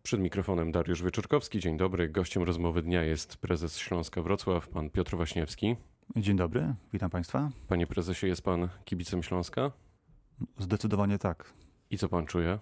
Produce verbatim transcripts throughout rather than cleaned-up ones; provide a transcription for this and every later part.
Przed mikrofonem Dariusz Wieczorkowski. Dzień dobry. Gościem rozmowy dnia jest prezes Śląska Wrocław, pan Piotr Waśniewski. Dzień dobry, witam państwa. Panie prezesie, jest pan kibicem Śląska? Zdecydowanie tak. I co pan czuje?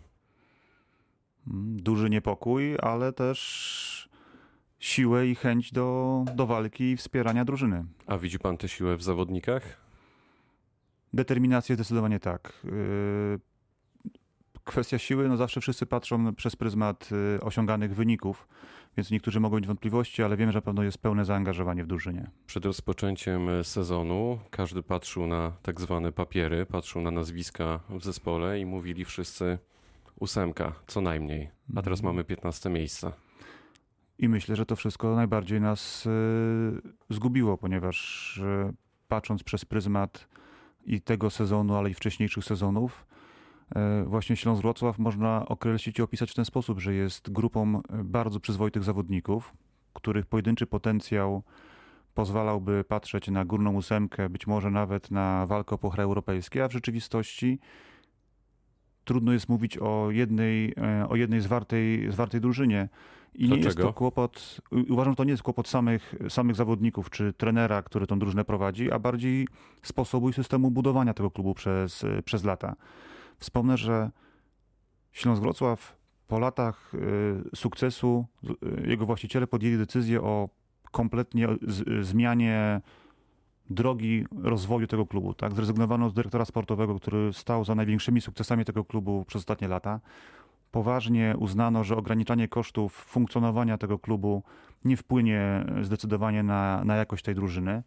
Duży niepokój, ale też siłę i chęć do, do walki i wspierania drużyny. A widzi pan tę siłę w zawodnikach? Determinację zdecydowanie tak. Yy, kwestia siły, no zawsze wszyscy patrzą przez pryzmat yy, osiąganych wyników, więc niektórzy mogą mieć wątpliwości, ale wiem, że na pewno jest pełne zaangażowanie w drużynie. Przed rozpoczęciem sezonu każdy patrzył na tak zwane papiery, patrzył na nazwiska w zespole i mówili wszyscy ósemka, co najmniej. A teraz mamy piętnaste miejsce. I myślę, że to wszystko najbardziej nas yy, zgubiło, ponieważ yy, patrząc przez pryzmat i tego sezonu, ale i wcześniejszych sezonów, właśnie Śląsk Wrocław można określić i opisać w ten sposób, że jest grupą bardzo przyzwoitych zawodników, których pojedynczy potencjał pozwalałby patrzeć na górną ósemkę, być może nawet na walkę o puchary europejskie, a w rzeczywistości trudno jest mówić o jednej, o jednej zwartej, zwartej drużynie. I nie Dlaczego? jest to kłopot, uważam, że to nie jest kłopot samych, samych zawodników czy trenera, który tą drużynę prowadzi, a bardziej sposobu i systemu budowania tego klubu przez, przez lata. Wspomnę, że Śląsk Wrocław po latach sukcesu jego właściciele podjęli decyzję o kompletnie zmianie drogi rozwoju tego klubu. Tak? Zrezygnowano z dyrektora sportowego, który stał za największymi sukcesami tego klubu przez ostatnie lata. Poważnie uznano, że ograniczanie kosztów funkcjonowania tego klubu nie wpłynie zdecydowanie na, na jakość tej drużyny.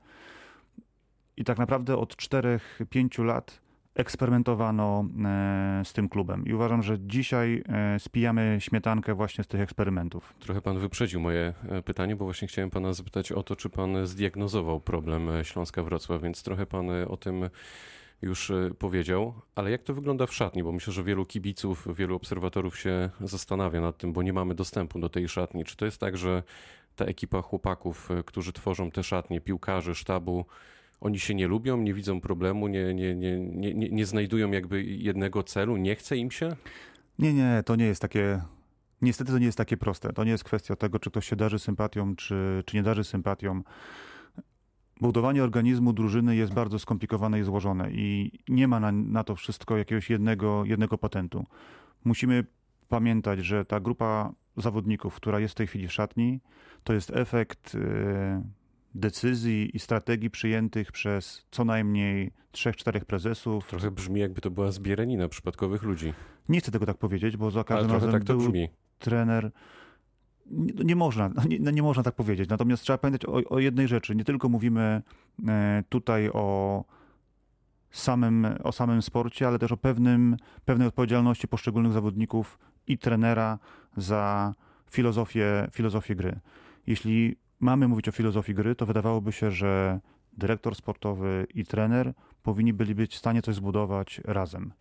I tak naprawdę od czterech, pięciu lat eksperymentowano z tym klubem. I uważam, że dzisiaj spijamy śmietankę właśnie z tych eksperymentów. Trochę pan wyprzedził moje pytanie, bo właśnie chciałem pana zapytać o to, czy pan zdiagnozował problem Śląska Wrocław, więc trochę pan o tym już powiedział. Ale jak to wygląda w szatni? Bo myślę, że wielu kibiców, wielu obserwatorów się zastanawia nad tym, bo nie mamy dostępu do tej szatni. Czy to jest tak, że ta ekipa chłopaków, którzy tworzą te szatnie, piłkarzy, sztabu, oni się nie lubią, nie widzą problemu, nie, nie, nie, nie, nie, nie znajdują jakby jednego celu, nie chce im się? Nie, nie, to nie jest takie, niestety to nie jest takie proste. To nie jest kwestia tego, czy ktoś się darzy sympatią, czy, czy nie darzy sympatią. Budowanie organizmu drużyny jest bardzo skomplikowane i złożone i nie ma na, na to wszystko jakiegoś jednego, jednego patentu. Musimy pamiętać, że ta grupa zawodników, która jest w tej chwili w szatni, to jest efekt Yy, decyzji i strategii przyjętych przez co najmniej trzech, czterech prezesów. Trochę brzmi, jakby to była zbieranina przypadkowych ludzi. Nie chcę tego tak powiedzieć, bo za każdym Ale razem tak to był brzmi. trener. Nie, nie można, nie, nie można tak powiedzieć. Natomiast trzeba pamiętać o, o jednej rzeczy. Nie tylko mówimy tutaj o samym, o samym sporcie, ale też o pewnym, pewnej odpowiedzialności poszczególnych zawodników i trenera za filozofię, filozofię gry. Jeśli mamy mówić o filozofii gry, to wydawałoby się, że dyrektor sportowy i trener powinni byli być w stanie coś zbudować razem.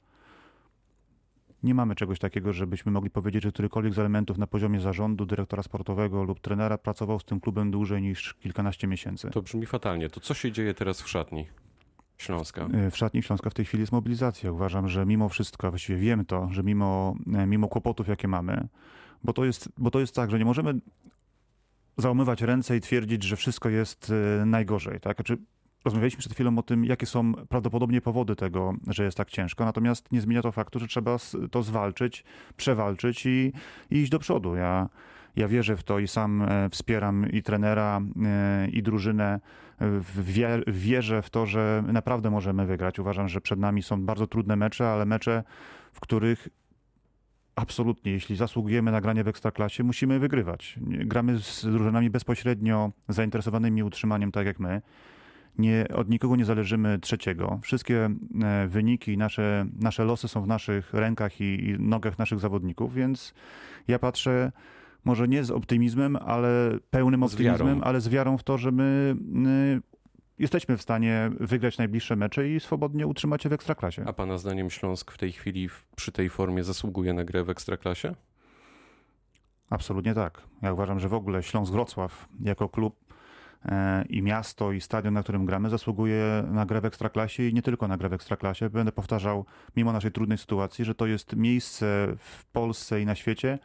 Nie mamy czegoś takiego, żebyśmy mogli powiedzieć, że którykolwiek z elementów na poziomie zarządu, dyrektora sportowego lub trenera pracował z tym klubem dłużej niż kilkanaście miesięcy. To brzmi fatalnie. To co się dzieje teraz w szatni Śląska? W szatni Śląska w tej chwili jest mobilizacja. Uważam, że mimo wszystko, właściwie wiem to, że mimo, mimo kłopotów, jakie mamy, bo to jest, bo to jest tak, że nie możemy załamywać ręce i twierdzić, że wszystko jest najgorzej. Tak? Znaczy, rozmawialiśmy przed chwilą o tym, jakie są prawdopodobnie powody tego, że jest tak ciężko, natomiast nie zmienia to faktu, że trzeba to zwalczyć, przewalczyć i, i iść do przodu. Ja, ja wierzę w to i sam wspieram i trenera, i drużynę. Wier, wierzę w to, że naprawdę możemy wygrać. Uważam, że przed nami są bardzo trudne mecze, ale mecze, w których absolutnie, jeśli zasługujemy na granie w Ekstraklasie, musimy wygrywać. Gramy z drużynami bezpośrednio zainteresowanymi utrzymaniem, tak jak my. Nie, od nikogo nie zależymy trzeciego. Wszystkie wyniki, nasze, nasze losy są w naszych rękach i, i nogach naszych zawodników, więc ja patrzę może nie z optymizmem, ale pełnym optymizmem, ale z wiarą w to, że my y, jesteśmy w stanie wygrać najbliższe mecze i swobodnie utrzymać się w Ekstraklasie. A pana zdaniem Śląsk w tej chwili w, przy tej formie zasługuje na grę w Ekstraklasie? Absolutnie tak. Ja uważam, że w ogóle Śląsk Wrocław jako klub e, i miasto i stadion, na którym gramy, zasługuje na grę w Ekstraklasie i nie tylko na grę w Ekstraklasie. Będę powtarzał, mimo naszej trudnej sytuacji, że to jest miejsce w Polsce i na świecie,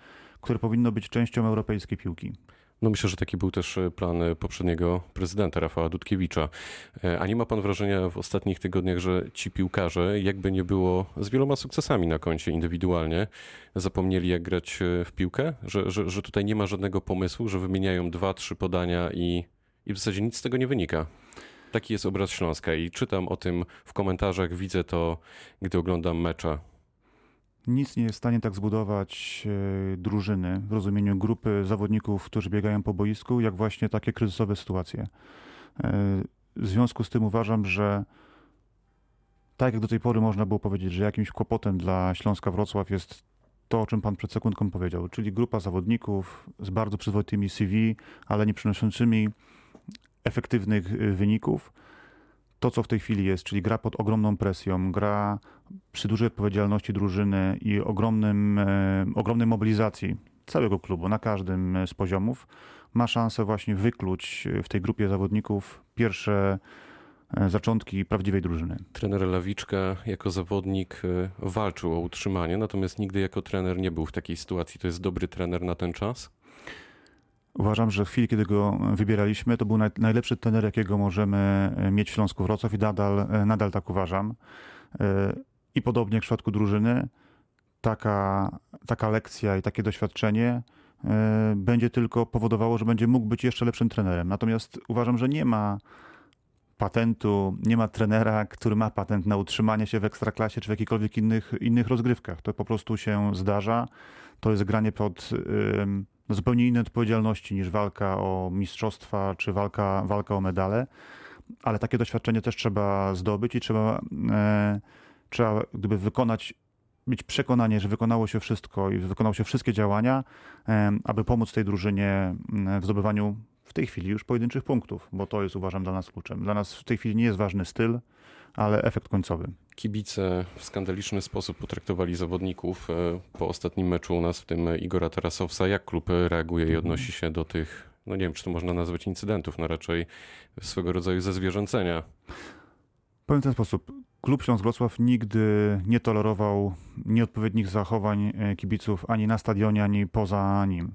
które powinno być częścią europejskiej piłki. No myślę, że taki był też plan poprzedniego prezydenta Rafała Dudkiewicza. A nie ma pan wrażenia w ostatnich tygodniach, że ci piłkarze, jakby nie było, z wieloma sukcesami na koncie indywidualnie, zapomnieli jak grać w piłkę? Że, że, że tutaj nie ma żadnego pomysłu, że wymieniają dwa, trzy podania i, i w zasadzie nic z tego nie wynika. Taki jest obraz Śląska i czytam o tym w komentarzach, widzę to, gdy oglądam mecze. Nic nie jest w stanie tak zbudować e, drużyny w rozumieniu grupy zawodników, którzy biegają po boisku, jak właśnie takie kryzysowe sytuacje. E, w związku z tym uważam, że tak jak do tej pory można było powiedzieć, że jakimś kłopotem dla Śląska Wrocław jest to, o czym pan przed sekundką powiedział, czyli grupa zawodników z bardzo przyzwoitymi C V, ale nie przynoszącymi efektywnych wyników. To, co w tej chwili jest, czyli gra pod ogromną presją, gra przy dużej odpowiedzialności drużyny i ogromnym, e, ogromnej mobilizacji całego klubu na każdym z poziomów, ma szansę właśnie wykluć w tej grupie zawodników pierwsze e, zaczątki prawdziwej drużyny. Trener Lawiczka jako zawodnik walczył o utrzymanie, natomiast nigdy jako trener nie był w takiej sytuacji. To jest dobry trener na ten czas? Uważam, że w chwili, kiedy go wybieraliśmy, to był naj, najlepszy trener, jakiego możemy mieć w Śląsku Wrocław i nadal, nadal tak uważam. I podobnie jak w przypadku drużyny, taka, taka lekcja i takie doświadczenie będzie tylko powodowało, że będzie mógł być jeszcze lepszym trenerem. Natomiast uważam, że nie ma patentu, nie ma trenera, który ma patent na utrzymanie się w Ekstraklasie czy w jakichkolwiek innych, innych rozgrywkach. To po prostu się zdarza. To jest granie pod no, zupełnie innej odpowiedzialności niż walka o mistrzostwa czy walka, walka o medale. Ale takie doświadczenie też trzeba zdobyć i trzeba, e, trzeba gdyby wykonać, mieć przekonanie, że wykonało się wszystko i wykonało się wszystkie działania, e, aby pomóc tej drużynie w zdobywaniu w tej chwili już pojedynczych punktów, bo to jest, uważam, dla nas kluczem. Dla nas w tej chwili nie jest ważny styl, ale efekt końcowy. Kibice w skandaliczny sposób potraktowali zawodników po ostatnim meczu u nas, w tym Igora Tarasowca. Jak klub reaguje i odnosi się do tych, no nie wiem, czy to można nazwać incydentów, no raczej swego rodzaju zezwierzęcenia? Powiem w ten sposób. Klub Śląsk Wrocław nigdy nie tolerował nieodpowiednich zachowań kibiców ani na stadionie, ani poza nim.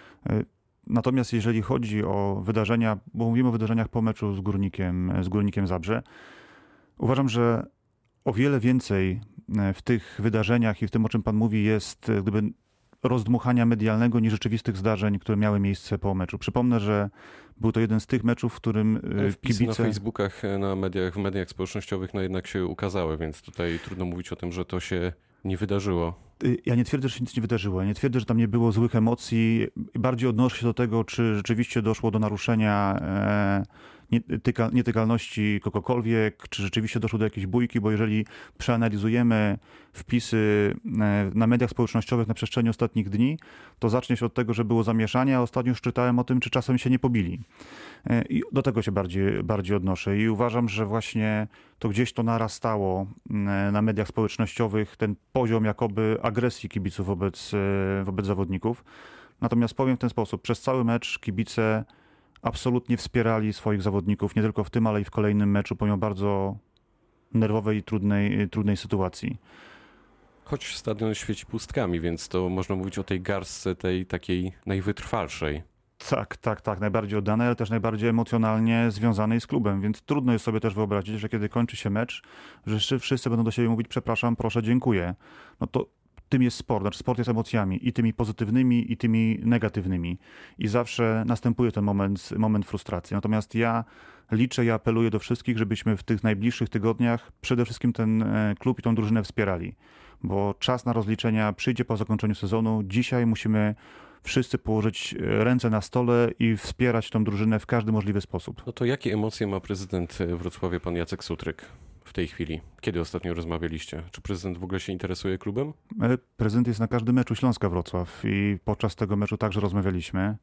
Natomiast jeżeli chodzi o wydarzenia, bo mówimy o wydarzeniach po meczu z Górnikiem, z Górnikiem Zabrze, uważam, że o wiele więcej w tych wydarzeniach i w tym, o czym pan mówi, jest gdyby rozdmuchania medialnego niż rzeczywistych zdarzeń, które miały miejsce po meczu. Przypomnę, że był to jeden z tych meczów, w którym Wpisy kibice... na Facebookach, na mediach, w mediach społecznościowych no jednak się ukazały, więc tutaj trudno mówić o tym, że to się nie wydarzyło. Ja nie twierdzę, że się nic nie wydarzyło. Ja nie twierdzę, że tam nie było złych emocji. Bardziej odnoszę się do tego, czy rzeczywiście doszło do naruszenia e, nietyka, nietykalności kogokolwiek, czy rzeczywiście doszło do jakiejś bójki, bo jeżeli przeanalizujemy wpisy e, na mediach społecznościowych na przestrzeni ostatnich dni, to zacznie się od tego, że było zamieszanie, a ostatnio już czytałem o tym, czy czasem się nie pobili. E, I do tego się bardziej, bardziej odnoszę. I uważam, że właśnie to gdzieś to narastało na mediach społecznościowych, ten poziom jakoby agresji kibiców wobec, wobec zawodników. Natomiast powiem w ten sposób, przez cały mecz kibice absolutnie wspierali swoich zawodników, nie tylko w tym, ale i w kolejnym meczu, pomimo bardzo nerwowej i trudnej, trudnej sytuacji. Choć stadion świeci pustkami, więc to można mówić o tej garstce, tej takiej najwytrwalszej. Tak, tak, tak, najbardziej oddanej, ale też najbardziej emocjonalnie związanej z klubem, więc trudno jest sobie też wyobrazić, że kiedy kończy się mecz, że wszyscy będą do siebie mówić przepraszam, proszę, dziękuję. No to tym jest sport, znaczy sport jest emocjami i tymi pozytywnymi i tymi negatywnymi i zawsze następuje ten moment, moment frustracji. Natomiast ja liczę i apeluję do wszystkich, żebyśmy w tych najbliższych tygodniach przede wszystkim ten klub i tą drużynę wspierali, bo czas na rozliczenia przyjdzie po zakończeniu sezonu. Dzisiaj musimy wszyscy położyć ręce na stole i wspierać tą drużynę w każdy możliwy sposób. No to jakie emocje ma prezydent Wrocławia, pan Jacek Sutryk w tej chwili? Kiedy ostatnio rozmawialiście? Czy prezydent w ogóle się interesuje klubem? Prezydent jest na każdym meczu Śląska Wrocław i podczas tego meczu także rozmawialiśmy.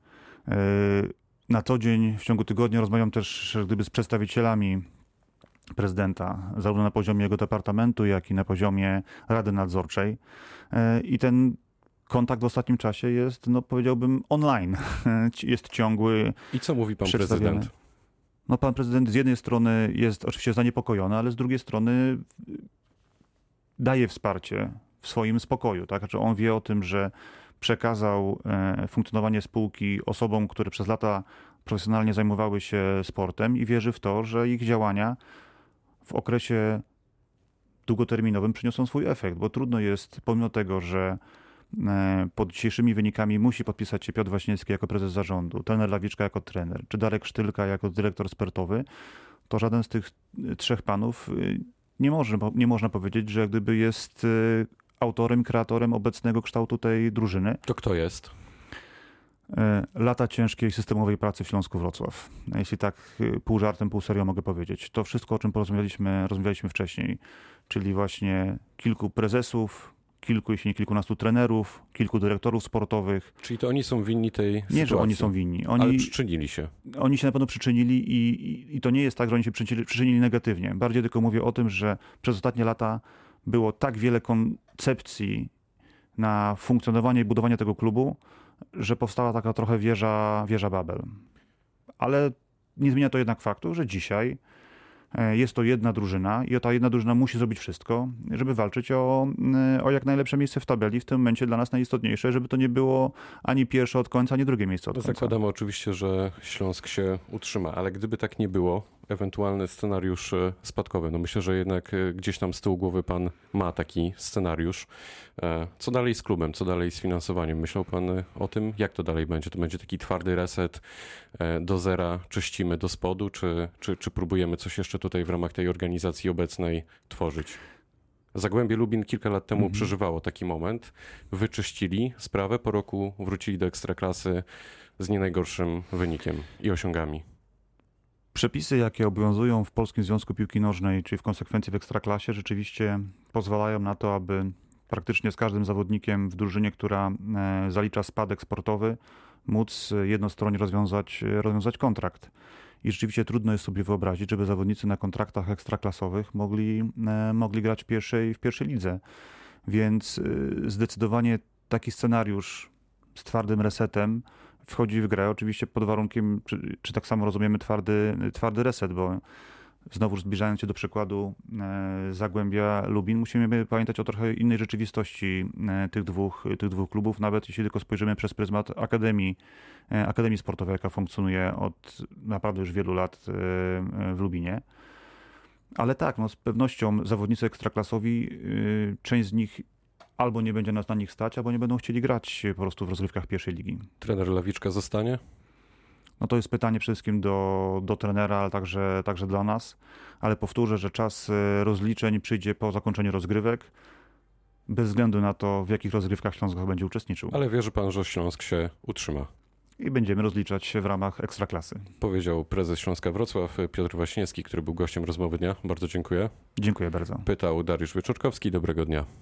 Na co dzień, w ciągu tygodnia rozmawiam też gdyby z przedstawicielami prezydenta, zarówno na poziomie jego departamentu, jak i na poziomie Rady Nadzorczej. I ten kontakt w ostatnim czasie jest, no powiedziałbym, online. Jest ciągły. I co mówi pan prezydent? No pan prezydent z jednej strony jest oczywiście zaniepokojony, ale z drugiej strony daje wsparcie w swoim spokoju. Tak? Znaczy on wie o tym, że przekazał e, funkcjonowanie spółki osobom, które przez lata profesjonalnie zajmowały się sportem i wierzy w to, że ich działania w okresie długoterminowym przyniosą swój efekt, bo trudno jest, pomimo tego, że e, pod dzisiejszymi wynikami musi podpisać się Piotr Waśniewski jako prezes zarządu, trener Lawiczka jako trener, czy Darek Sztylka jako dyrektor sportowy, to żaden z tych trzech panów y, nie, może, nie można powiedzieć, że jak gdyby jest y, autorem, kreatorem obecnego kształtu tej drużyny. To kto jest? Lata ciężkiej, systemowej pracy w Śląsku Wrocław. Jeśli tak pół żartem, pół serio mogę powiedzieć. To wszystko, o czym porozmawialiśmy, rozmawialiśmy wcześniej, czyli właśnie kilku prezesów, kilku, jeśli nie kilkunastu trenerów, kilku dyrektorów sportowych. Czyli to oni są winni tej nie, sytuacji? Nie, że oni są winni. Oni, ale przyczynili się. Oni się na pewno przyczynili i, i, i to nie jest tak, że oni się przyczynili, przyczynili negatywnie. Bardziej tylko mówię o tym, że przez ostatnie lata było tak wiele koncepcji na funkcjonowanie i budowanie tego klubu, że powstała taka trochę wieża, wieża Babel. Ale nie zmienia to jednak faktu, że dzisiaj jest to jedna drużyna i ta jedna drużyna musi zrobić wszystko, żeby walczyć o, o jak najlepsze miejsce w tabeli. W tym momencie dla nas najistotniejsze, żeby to nie było ani pierwsze od końca, ani drugie miejsce od końca. Zakładamy oczywiście, że Śląsk się utrzyma, ale gdyby tak nie było, ewentualny scenariusz spadkowy, no myślę, że jednak gdzieś tam z tyłu głowy pan ma taki scenariusz. Co dalej z klubem, co dalej z finansowaniem? Myślał pan o tym, jak to dalej będzie? To będzie taki twardy reset do zera, czyścimy do spodu, czy, czy, czy próbujemy coś jeszcze tutaj w ramach tej organizacji obecnej tworzyć? Zagłębie Lubin kilka lat temu mhm. przeżywało taki moment. Wyczyścili sprawę, po roku wrócili do Ekstraklasy z nie najgorszym wynikiem i osiągami. Przepisy, jakie obowiązują w Polskim Związku Piłki Nożnej, czyli w konsekwencji w Ekstraklasie, rzeczywiście pozwalają na to, aby praktycznie z każdym zawodnikiem w drużynie, która zalicza spadek sportowy, móc jednostronnie rozwiązać, rozwiązać kontrakt. I rzeczywiście trudno jest sobie wyobrazić, żeby zawodnicy na kontraktach ekstraklasowych mogli, mogli grać w pierwszej, w pierwszej lidze. Więc zdecydowanie taki scenariusz z twardym resetem wchodzi w grę, oczywiście pod warunkiem, czy, czy tak samo rozumiemy twardy, twardy reset, bo znowu zbliżając się do przykładu Zagłębia Lubin, musimy pamiętać o trochę innej rzeczywistości tych dwóch, tych dwóch klubów, nawet jeśli tylko spojrzymy przez pryzmat Akademii, Akademii Sportowej, jaka funkcjonuje od naprawdę już wielu lat w Lubinie. Ale tak, no z pewnością zawodnicy ekstraklasowi, część z nich albo nie będzie nas na nich stać, albo nie będą chcieli grać po prostu w rozgrywkach pierwszej ligi. Trener Lawiczka zostanie? No to jest pytanie przede wszystkim do, do trenera, ale także, także dla nas. Ale powtórzę, że czas rozliczeń przyjdzie po zakończeniu rozgrywek, bez względu na to, w jakich rozgrywkach Śląsk będzie uczestniczył. Ale wierzy pan, że Śląsk się utrzyma? I będziemy rozliczać się w ramach Ekstraklasy. Powiedział prezes Śląska Wrocław Piotr Waśniewski, który był gościem rozmowy dnia. Bardzo dziękuję. Dziękuję bardzo. Pytał Dariusz Wieczorkowski. Dobrego dnia.